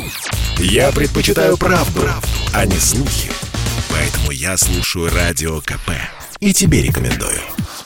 Я предпочитаю правду, а не слухи. Поэтому я слушаю Радио КП. И тебе рекомендую.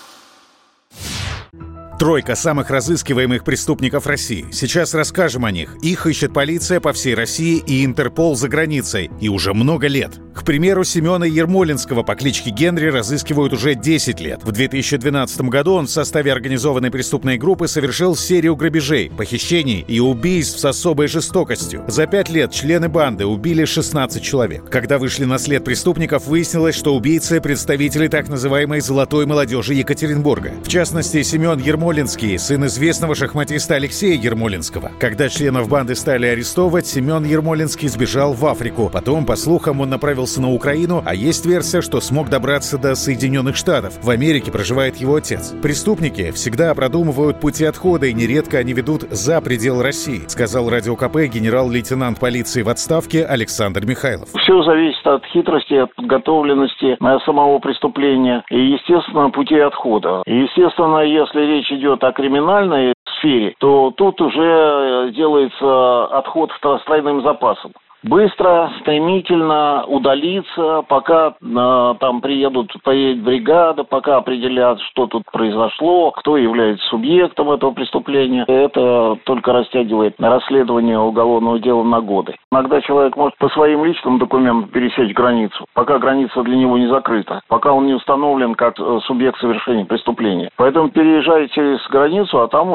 Тройка самых разыскиваемых преступников России. Сейчас расскажем о них. Их ищет полиция по всей России и Интерпол за границей. И уже много лет. К примеру, Семена Ермолинского по кличке Генри разыскивают уже 10 лет. В 2012 году он в составе организованной преступной группы совершил серию грабежей, похищений и убийств с особой жестокостью. За 5 лет члены банды убили 16 человек. Когда вышли на след преступников, выяснилось, что убийцы — представители так называемой «золотой молодежи» Екатеринбурга. В частности, Семен Ермолинский, сын известного шахматиста Алексея Ермолинского. Когда членов банды стали арестовывать, Семен Ермолинский сбежал в Африку. Потом, по слухам, он направился на Украину, а есть версия, что смог добраться до Соединенных Штатов. В Америке проживает его отец. Преступники всегда продумывают пути отхода, и нередко они ведут за пределы России, сказал Радио КП генерал-лейтенант полиции в отставке Александр Михайлов. Все зависит от хитрости, от подготовленности самого преступления и, естественно, пути отхода. И, естественно, если речь идет о криминальной сфере, то тут уже делается отход с тройным запасом. Быстро, стремительно удалиться, пока там поедет бригада, пока определят, что тут произошло, кто является субъектом этого преступления. Это только растягивает расследование уголовного дела на годы. Иногда человек может по своим личным документам пересечь границу, пока граница для него не закрыта, пока он не установлен как субъект совершения преступления. Поэтому переезжает через границу, а там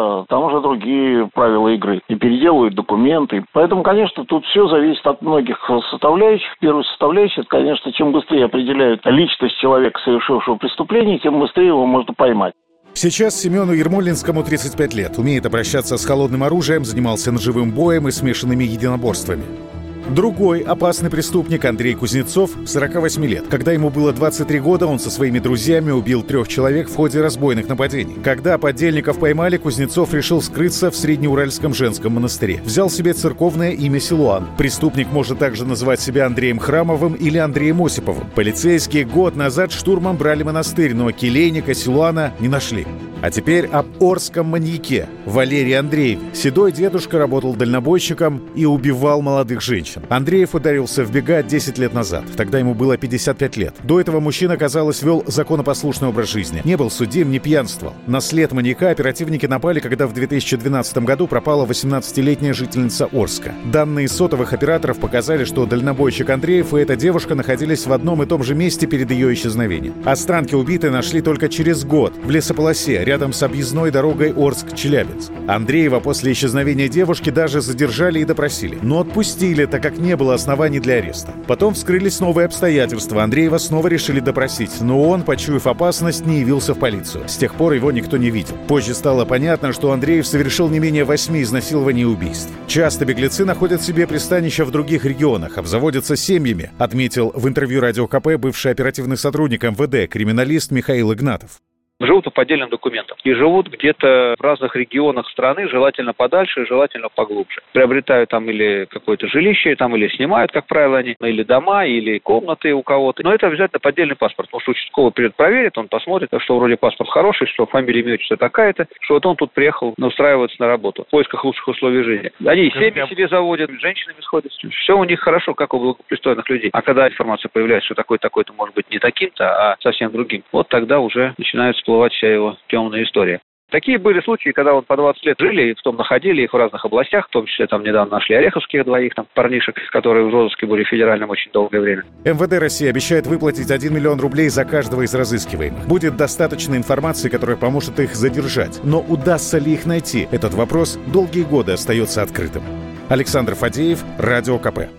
уже другие правила игры. И переделывают документы. Поэтому, конечно, тут все зависит от многих составляющих. Первая составляющая, это, конечно, чем быстрее определяют личность человека, совершившего преступление, тем быстрее его можно поймать. Сейчас Семену Ермолинскому 35 лет. Умеет обращаться с холодным оружием, занимался ножевым боем и смешанными единоборствами. Другой опасный преступник Андрей Кузнецов, 48 лет. Когда ему было 23 года, он со своими друзьями убил 3 человек в ходе разбойных нападений. Когда подельников поймали, Кузнецов решил скрыться в Среднеуральском женском монастыре. Взял себе церковное имя Силуан. Преступник может также называть себя Андреем Храмовым или Андреем Осиповым. Полицейские год назад штурмом брали монастырь, но келейника Силуана не нашли. А теперь об орском маньяке Валерии Андрееве. Седой дедушка работал дальнобойщиком и убивал молодых женщин. Андреев ударился в бега 10 лет назад. Тогда ему было 55 лет. До этого мужчина, казалось, вел законопослушный образ жизни. Не был судим, не пьянствовал. На след маньяка оперативники напали, когда в 2012 году пропала 18-летняя жительница Орска. Данные сотовых операторов показали, что дальнобойщик Андреев и эта девушка находились в одном и том же месте перед ее исчезновением. Останки убитой нашли только через год в лесополосе, рядом с объездной дорогой Орск-Челябинск. Андреева после исчезновения девушки даже задержали и допросили. Но отпустили, так как не было оснований для ареста. Потом вскрылись новые обстоятельства. Андреева снова решили допросить, но он, почуяв опасность, не явился в полицию. С тех пор его никто не видел. Позже стало понятно, что Андреев совершил не менее 8 изнасилований и убийств. Часто беглецы находят себе пристанище в других регионах, обзаводятся семьями, отметил в интервью Радио КП бывший оперативный сотрудник МВД, криминалист Михаил Игнатов. Живут по поддельным документам. И живут где-то в разных регионах страны, желательно подальше, желательно поглубже. Приобретают там или какое-то жилище, там или снимают, как правило, они, или дома, или комнаты у кого-то. Но это обязательно поддельный паспорт. Потому что участковый придет, проверит, он посмотрит, что вроде паспорт хороший, что фамилия, имя, отчество такая-то, что вот он тут приехал устраиваться на работу в поисках лучших условий жизни. Они и семьи себе заводят, с женщинами сходят. Все у них хорошо, как у благопристойных людей. А когда информация появляется, что такой-то может быть не таким-то, а совсем другим, вот тогда уже начинается всплывать вся его темная история. Такие были случаи, когда вот по 20 лет жили, и потом находили их в разных областях, в том числе там недавно нашли ореховских двоих там парнишек, которые в розыске были федеральным очень долгое время. МВД России обещает выплатить 1 миллион рублей за каждого из разыскиваемых. Будет достаточно информации, которая поможет их задержать. Но удастся ли их найти? Этот вопрос долгие годы остается открытым. Александр Фадеев, Радио КП.